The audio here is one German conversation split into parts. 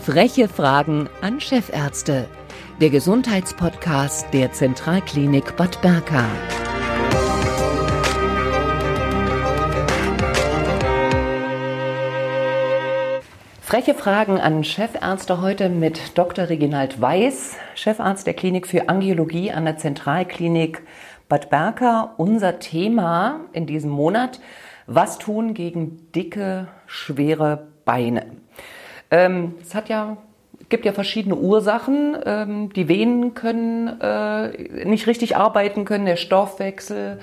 Freche Fragen an Chefärzte. Der Gesundheitspodcast der Zentralklinik Bad Berka. Freche Fragen an Chefärzte heute mit Dr. Reginald Weiß, Chefarzt der Klinik für Angiologie an der Zentralklinik Bad Berka. Unser Thema in diesem Monat: Was tun gegen dicke, schwere Beine? Gibt ja verschiedene Ursachen. Die Venen können nicht richtig arbeiten können, der Stoffwechsel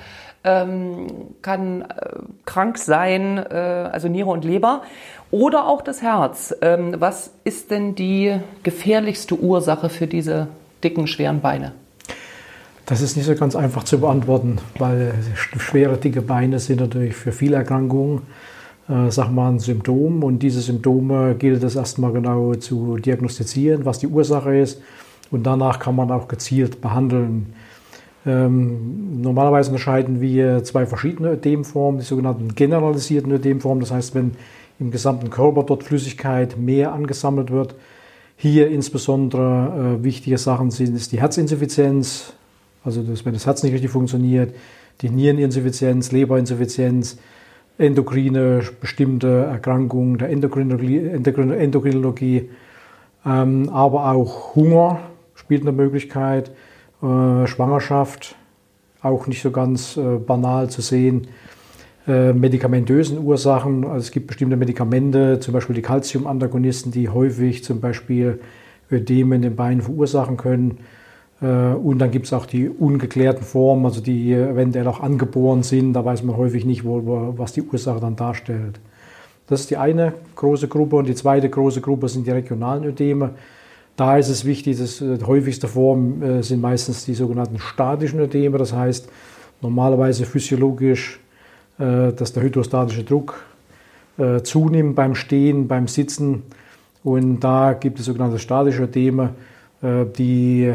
kann krank sein, also Niere und Leber, oder auch das Herz. Was ist denn die gefährlichste Ursache für diese dicken, schweren Beine? Das ist nicht so ganz einfach zu beantworten, weil schwere, dicke Beine sind natürlich für viele Erkrankungen ein Symptom, und diese Symptome gilt es erstmal genau zu diagnostizieren, was die Ursache ist, und danach kann man auch gezielt behandeln. Normalerweise unterscheiden wir zwei verschiedene Ödemformen, die sogenannten generalisierten Ödemformen, das heißt, wenn im gesamten Körper dort Flüssigkeit mehr angesammelt wird. Hier insbesondere wichtige Sachen ist die Herzinsuffizienz, also wenn das Herz nicht richtig funktioniert, die Niereninsuffizienz, Leberinsuffizienz, endokrine bestimmte Erkrankungen der Endokrinologie, aber auch Hunger spielt eine Möglichkeit, Schwangerschaft, auch nicht so ganz banal zu sehen, medikamentösen Ursachen, also es gibt bestimmte Medikamente, zum Beispiel die Calcium-Antagonisten, die häufig zum Beispiel Ödeme in den Beinen verursachen können. Und dann gibt es auch die ungeklärten Formen, also die eventuell auch angeboren sind. Da weiß man häufig nicht, was die Ursache dann darstellt. Das ist die eine große Gruppe. Und die zweite große Gruppe sind die regionalen Ödeme. Da ist es wichtig, die häufigste Form sind meistens die sogenannten statischen Ödeme. Das heißt, normalerweise physiologisch, dass der hydrostatische Druck zunimmt beim Stehen, beim Sitzen. Und da gibt es sogenannte statische Ödeme, die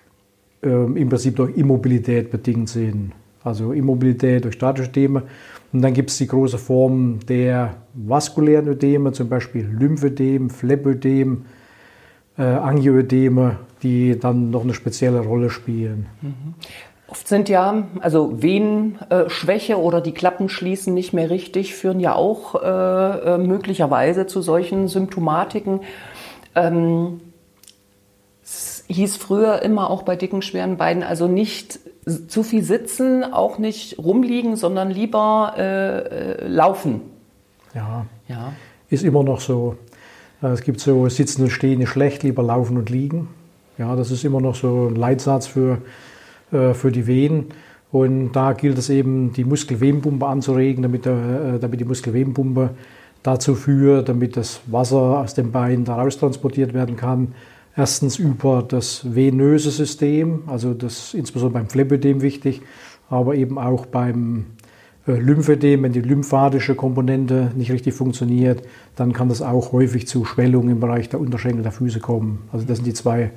im Prinzip durch Immobilität bedingt sind. Also Immobilität durch statische Ödeme. Und dann gibt es die große Form der vaskulären Ödeme, zum Beispiel Lymphödem, Phlebödem, Angioödeme, die dann noch eine spezielle Rolle spielen. Mhm. Oft sind Venenschwäche oder die Klappen schließen nicht mehr richtig, führen ja auch möglicherweise zu solchen Symptomatiken. Hieß früher immer auch bei dicken, schweren Beinen, also nicht zu viel sitzen, auch nicht rumliegen, sondern lieber laufen. Ja, ist immer noch so. Es gibt so Sitzen und Stehen ist schlecht, lieber laufen und liegen. Ja, das ist immer noch so ein Leitsatz für die Venen. Und da gilt es eben, die Muskelvenenpumpe anzuregen, damit die Muskelvenenpumpe dazu führt, damit das Wasser aus dem Bein da raus transportiert werden kann. Erstens über das venöse System, also das ist insbesondere beim Phlebödem wichtig, aber eben auch beim Lymphödem, wenn die lymphatische Komponente nicht richtig funktioniert, dann kann das auch häufig zu Schwellungen im Bereich der Unterschenkel der Füße kommen. Also das sind die zwei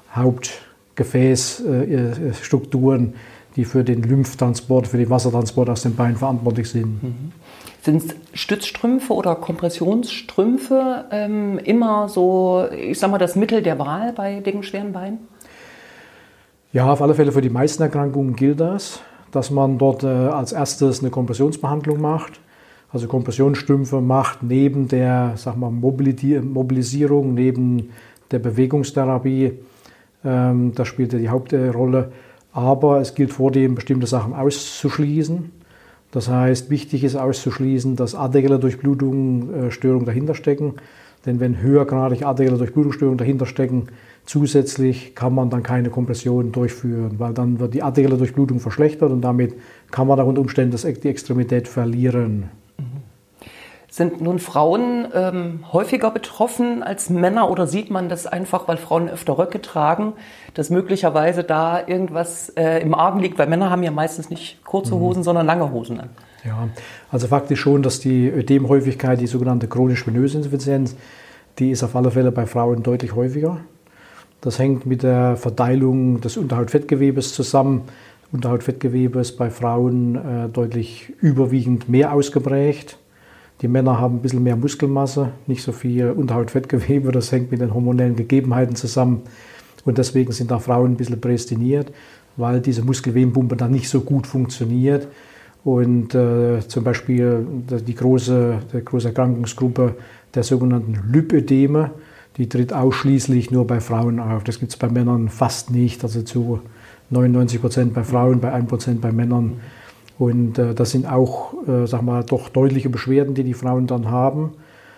Hauptgefäßstrukturen, die für den Lymphtransport, für den Wassertransport aus den Beinen verantwortlich sind. Mhm. Sind Stützstrümpfe oder Kompressionsstrümpfe immer so, das Mittel der Wahl bei dicken, schweren Beinen? Ja, auf alle Fälle für die meisten Erkrankungen gilt das, dass man dort als erstes eine Kompressionsbehandlung macht. Also Kompressionsstrümpfe macht neben der Mobilisierung, neben der Bewegungstherapie, das spielt ja die Hauptrolle. Aber es gilt vor dem, bestimmte Sachen auszuschließen. Das heißt, wichtig ist auszuschließen, dass arterielle Durchblutungsstörungen dahinter stecken. Denn wenn höhergradig arterielle Durchblutungsstörungen dahinter stecken, zusätzlich kann man dann keine Kompression durchführen, weil dann wird die arterielle Durchblutung verschlechtert und damit kann man unter Umständen die Extremität verlieren. Sind nun Frauen häufiger betroffen als Männer, oder sieht man das einfach, weil Frauen öfter Röcke tragen, dass möglicherweise da irgendwas im Argen liegt? Weil Männer haben ja meistens nicht kurze Hosen, sondern lange Hosen an. Ja, also faktisch schon, dass die Ödemhäufigkeit, die sogenannte chronisch-venöse Insuffizienz, die ist auf alle Fälle bei Frauen deutlich häufiger. Das hängt mit der Verteilung des Unterhautfettgewebes zusammen. Unterhautfettgewebe ist bei Frauen deutlich überwiegend mehr ausgeprägt. Die Männer haben ein bisschen mehr Muskelmasse, nicht so viel Unterhautfettgewebe. Das hängt mit den hormonellen Gegebenheiten zusammen. Und deswegen sind da Frauen ein bisschen prädestiniert, weil diese Muskelwehenpumpe dann nicht so gut funktioniert. Und zum Beispiel die große Erkrankungsgruppe der sogenannten Lipödeme, die tritt ausschließlich nur bei Frauen auf. Das gibt es bei Männern fast nicht, also zu 99% bei Frauen, bei 1% bei Männern. Und das sind auch, doch deutliche Beschwerden, die die Frauen dann haben.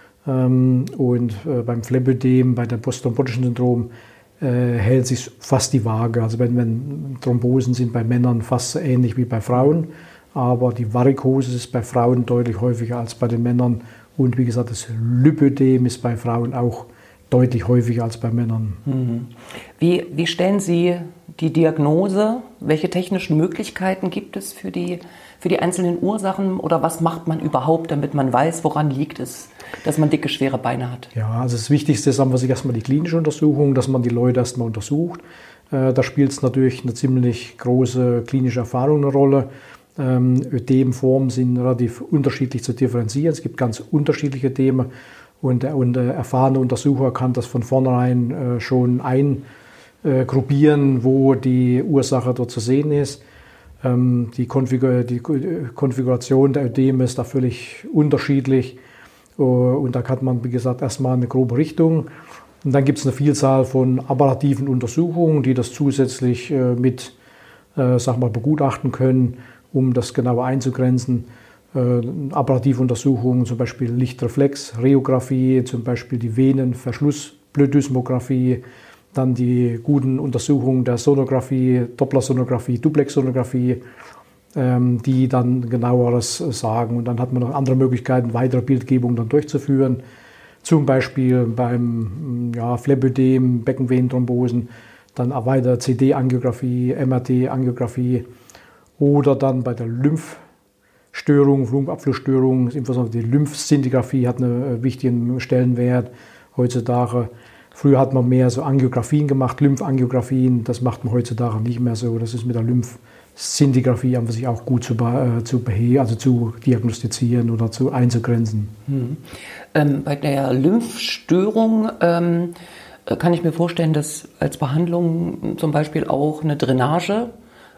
Und beim Phlebödem, bei dem postthrombotischen Syndrom, hält sich fast die Waage. Also wenn Thrombosen sind bei Männern fast so ähnlich wie bei Frauen, aber die Varikose ist bei Frauen deutlich häufiger als bei den Männern. Und wie gesagt, das Lipödem ist bei Frauen auch deutlich häufiger als bei Männern. Mhm. Wie stellen Sie die Diagnose? Welche technischen Möglichkeiten gibt es für die einzelnen Ursachen? Oder was macht man überhaupt, damit man weiß, woran liegt es, dass man dicke, schwere Beine hat? Ja, also das Wichtigste ist erstmal die klinische Untersuchung, dass man die Leute erstmal untersucht. Da spielt es natürlich eine ziemlich große klinische Erfahrung eine Rolle. Ödemformen sind relativ unterschiedlich zu differenzieren. Es gibt ganz unterschiedliche Ödeme. Und der erfahrene Untersucher kann das von vornherein schon eingruppieren, wo die Ursache dort zu sehen ist. Die Konfiguration der Ödeme ist da völlig unterschiedlich. Und da hat man, wie gesagt, erstmal eine grobe Richtung. Und dann gibt es eine Vielzahl von apparativen Untersuchungen, die das zusätzlich begutachten können, um das genauer einzugrenzen. Apparative Untersuchungen, zum Beispiel Lichtreflex, Rheographie, zum Beispiel die Venenverschlussblödysmographie, dann die guten Untersuchungen der Sonographie, Dopplersonographie, Duplexsonographie, die dann genaueres sagen. Und dann hat man noch andere Möglichkeiten, weitere Bildgebungen dann durchzuführen, zum Beispiel beim Phlebödem, Beckenvenenthrombosen, dann weiter CD-Angiografie, MRT-Angiografie oder dann bei der Lymphabflussstörung, insbesondere die Lymphszintigraphie hat einen wichtigen Stellenwert heutzutage. Früher hat man mehr so Angiografien gemacht, Lymphangiografien, das macht man heutzutage nicht mehr so. Das ist mit der Lymphszintigraphie an sich auch gut zu diagnostizieren oder einzugrenzen. Bei der Lymphstörung kann ich mir vorstellen, dass als Behandlung zum Beispiel auch eine Drainage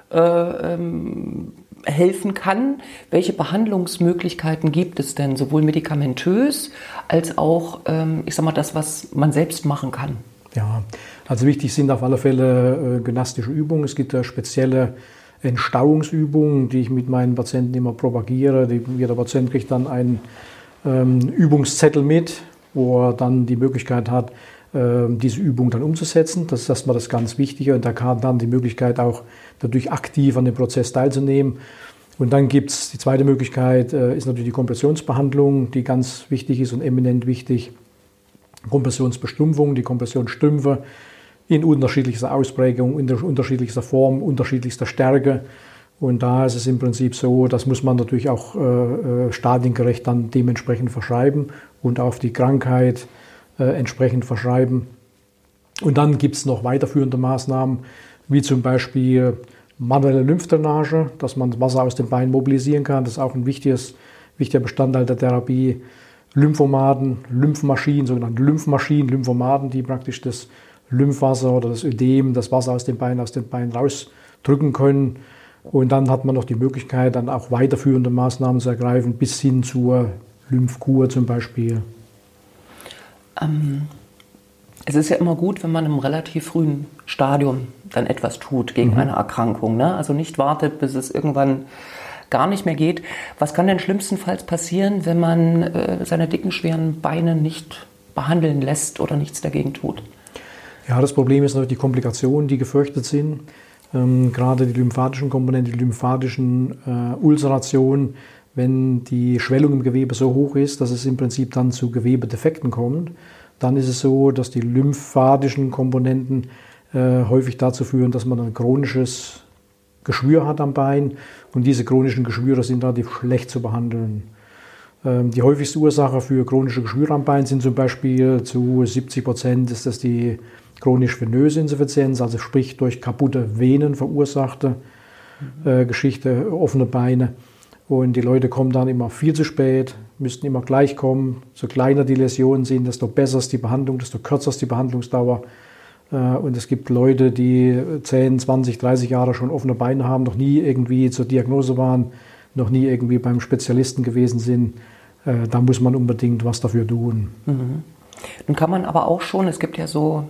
helfen kann. Welche Behandlungsmöglichkeiten gibt es denn, sowohl medikamentös als auch, das, was man selbst machen kann? Ja, also wichtig sind auf alle Fälle gymnastische Übungen. Es gibt spezielle Entstauungsübungen, die ich mit meinen Patienten immer propagiere. Jeder Patient kriegt dann einen Übungszettel mit, wo er dann die Möglichkeit hat, diese Übung dann umzusetzen. Das ist erstmal das ganz Wichtige und da kann dann die Möglichkeit auch dadurch aktiv an dem Prozess teilzunehmen. Und dann gibt es die zweite Möglichkeit, ist natürlich die Kompressionsbehandlung, die ganz wichtig ist und eminent wichtig. Kompressionsbestumpfung, die Kompressionsstümpfe in unterschiedlichster Ausprägung, in unterschiedlichster Form, unterschiedlichster Stärke. Und da ist es im Prinzip so, das muss man natürlich auch stadiengerecht dann dementsprechend verschreiben und auf die Krankheit entsprechend verschreiben. Und dann gibt es noch weiterführende Maßnahmen, wie zum Beispiel manuelle Lymphdrainage, dass man das Wasser aus den Beinen mobilisieren kann. Das ist auch ein wichtiger Bestandteil der Therapie. Lymphomaten, Lymphmaschinen, sogenannte Lymphmaschinen, Lymphomaten, die praktisch das Lymphwasser oder das Ödem, das Wasser aus den Beinen rausdrücken können. Und dann hat man noch die Möglichkeit, dann auch weiterführende Maßnahmen zu ergreifen, bis hin zur Lymphkur zum Beispiel. Es ist ja immer gut, wenn man im relativ frühen Stadium dann etwas tut gegen eine Erkrankung, ne? Also nicht wartet, bis es irgendwann gar nicht mehr geht. Was kann denn schlimmstenfalls passieren, wenn man seine dicken, schweren Beine nicht behandeln lässt oder nichts dagegen tut? Ja, das Problem ist natürlich die Komplikationen, die gefürchtet sind. Gerade die lymphatischen Komponenten, die lymphatischen Ulcerationen, wenn die Schwellung im Gewebe so hoch ist, dass es im Prinzip dann zu Gewebedefekten kommt, dann ist es so, dass die lymphatischen Komponenten häufig dazu führen, dass man ein chronisches Geschwür hat am Bein und diese chronischen Geschwüre sind relativ schlecht zu behandeln. Die häufigste Ursache für chronische Geschwüre am Bein sind zum Beispiel zu 70% ist das die chronisch-venöse Insuffizienz, also sprich durch kaputte Venen verursachte Geschichte, offene Beine. Und die Leute kommen dann immer viel zu spät, müssten immer gleich kommen. So kleiner die Läsionen sind, desto besser ist die Behandlung, desto kürzer ist die Behandlungsdauer. Und es gibt Leute, die 10, 20, 30 Jahre schon offene Beine haben, noch nie irgendwie zur Diagnose waren, noch nie irgendwie beim Spezialisten gewesen sind. Da muss man unbedingt was dafür tun. Mhm. Nun kann man aber auch schon, es gibt ja so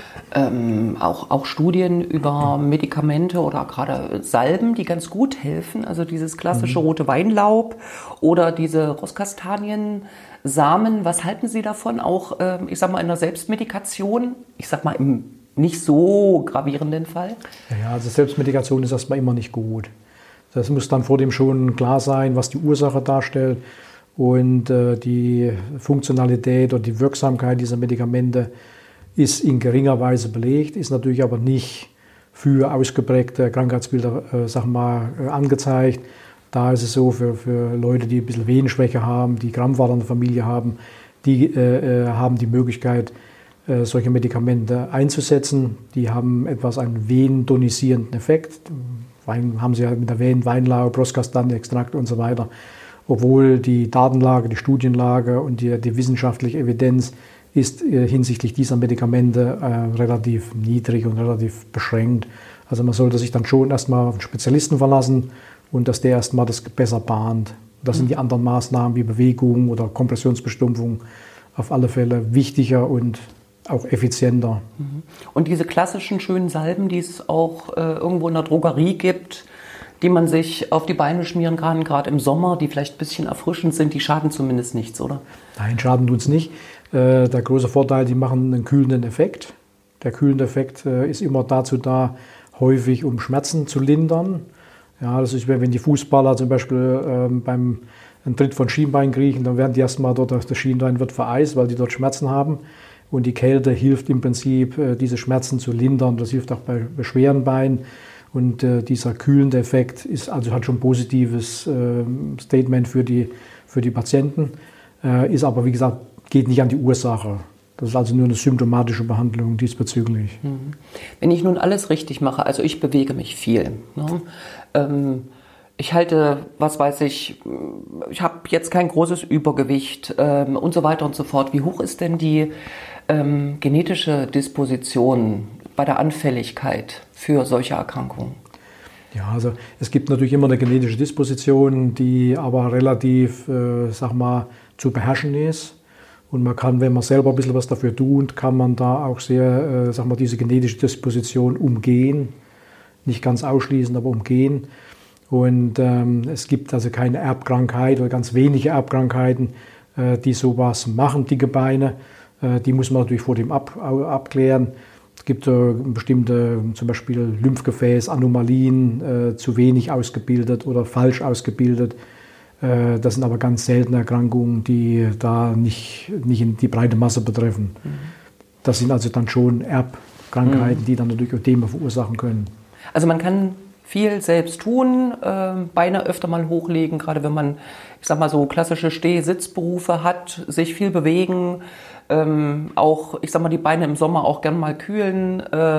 auch Studien über Medikamente oder gerade Salben, die ganz gut helfen. Also dieses klassische rote Weinlaub oder diese Rosskastaniensamen. Was halten Sie davon? Auch, ich sag mal, in der Selbstmedikation? Ich sag mal, im nicht so gravierenden Fall? Ja, also Selbstmedikation ist erstmal immer nicht gut. Das muss dann vor dem schon klar sein, was die Ursache darstellt. Und die Funktionalität oder die Wirksamkeit dieser Medikamente ist in geringer Weise belegt, ist natürlich aber nicht für ausgeprägte Krankheitsbilder angezeigt. Da ist es so, für Leute, die ein bisschen Venenschwäche haben, die Krampfader in der Familie haben, die haben die Möglichkeit, solche Medikamente einzusetzen. Die haben etwas einen venentonisierenden Effekt. Wein haben sie ja mit erwähnt, Weinlaub, Rosskastanienextrakt und so weiter. Obwohl die Datenlage, die Studienlage und die wissenschaftliche Evidenz ist hinsichtlich dieser Medikamente relativ niedrig und relativ beschränkt. Also man sollte sich dann schon erstmal auf einen Spezialisten verlassen und dass der erstmal das besser bahnt. Das sind die anderen Maßnahmen wie Bewegung oder Kompressionsbestumpfung auf alle Fälle wichtiger und auch effizienter. Und diese klassischen schönen Salben, die es auch irgendwo in der Drogerie gibt, die man sich auf die Beine schmieren kann, gerade im Sommer, die vielleicht ein bisschen erfrischend sind, die schaden zumindest nichts, oder? Nein, schaden tun es nicht. Der große Vorteil, die machen einen kühlenden Effekt. Der kühlende Effekt ist immer dazu da, häufig um Schmerzen zu lindern. Ja, das ist, wenn die Fußballer zum Beispiel beim Tritt von Schienbein kriechen, dann werden die erstmal dort, das Schienbein wird vereist, weil die dort Schmerzen haben. Und die Kälte hilft im Prinzip, diese Schmerzen zu lindern. Das hilft auch bei schweren Beinen. Und dieser kühlende Effekt ist also hat schon ein positives Statement für die Patienten. Ist aber, wie gesagt, geht nicht an die Ursache. Das ist also nur eine symptomatische Behandlung diesbezüglich. Wenn ich nun alles richtig mache, also ich bewege mich viel. Ne? Ich halte, was weiß ich habe jetzt kein großes Übergewicht und so weiter und so fort. Wie hoch ist denn die genetische Disposition bei der Anfälligkeit für solche Erkrankungen? Ja, also es gibt natürlich immer eine genetische Disposition, die aber relativ, zu beherrschen ist. Und man kann, wenn man selber ein bisschen was dafür tut, kann man da auch sehr, diese genetische Disposition umgehen. Nicht ganz ausschließen, aber umgehen. Und es gibt also keine Erbkrankheit oder ganz wenige Erbkrankheiten, die sowas machen, dicke Beine. Die muss man natürlich vor dem abklären. Es gibt bestimmte, zum Beispiel Lymphgefäßanomalien, zu wenig ausgebildet oder falsch ausgebildet. Das sind aber ganz seltene Erkrankungen, die da nicht in die breite Masse betreffen. Das sind also dann schon Erbkrankheiten, die dann natürlich Ödeme verursachen können. Also man kann viel selbst tun, Beine öfter mal hochlegen, gerade wenn man, ich sag mal so klassische Steh-Sitzberufe hat, sich viel bewegen, auch, ich sag mal, die Beine im Sommer auch gern mal kühlen,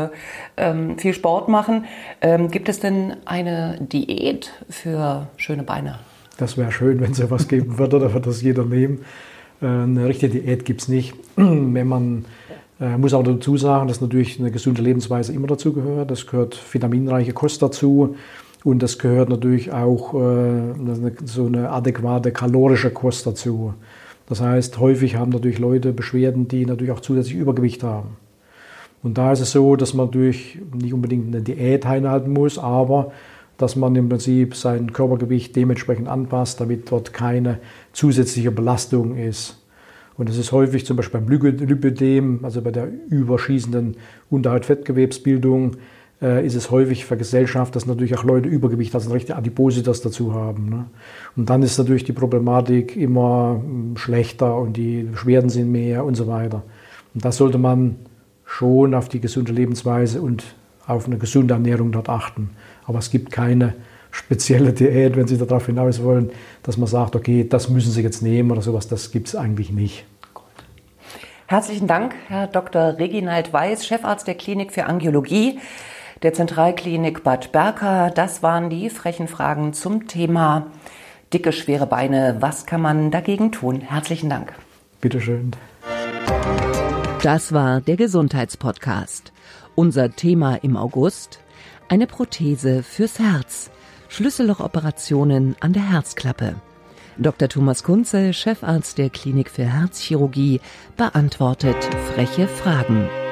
viel Sport machen. Gibt es denn eine Diät für schöne Beine? Das wäre schön, wenn es ja was geben würde, da wird das jeder nehmen. Eine richtige Diät gibt es nicht. Wenn man muss auch dazu sagen, dass natürlich eine gesunde Lebensweise immer dazu gehört. Das gehört vitaminreiche Kost dazu und das gehört natürlich auch so eine adäquate kalorische Kost dazu. Das heißt, häufig haben natürlich Leute Beschwerden, die natürlich auch zusätzlich Übergewicht haben. Und da ist es so, dass man natürlich nicht unbedingt eine Diät einhalten muss, aber dass man im Prinzip sein Körpergewicht dementsprechend anpasst, damit dort keine zusätzliche Belastung ist. Und es ist häufig zum Beispiel beim Lipödem, also bei der überschießenden Unterhaut-Fettgewebsbildung, ist es häufig vergesellschaftet, dass natürlich auch Leute Übergewicht, also eine rechte Adipositas dazu haben. Ne? Und dann ist natürlich die Problematik immer schlechter und die Beschwerden sind mehr und so weiter. Und das sollte man schon auf die gesunde Lebensweise und auf eine gesunde Ernährung dort achten. Aber es gibt keine spezielle Diät, wenn Sie darauf hinaus wollen, dass man sagt, okay, das müssen Sie jetzt nehmen oder sowas, das gibt es eigentlich nicht. Gut. Herzlichen Dank, Herr Dr. Reginald Weiß, Chefarzt der Klinik für Angiologie der Zentralklinik Bad Berka. Das waren die frechen Fragen zum Thema dicke, schwere Beine. Was kann man dagegen tun? Herzlichen Dank. Bitteschön. Das war der Gesundheitspodcast. Unser Thema im August: eine Prothese fürs Herz. Schlüssellochoperationen an der Herzklappe. Dr. Thomas Kunze, Chefarzt der Klinik für Herzchirurgie, beantwortet freche Fragen.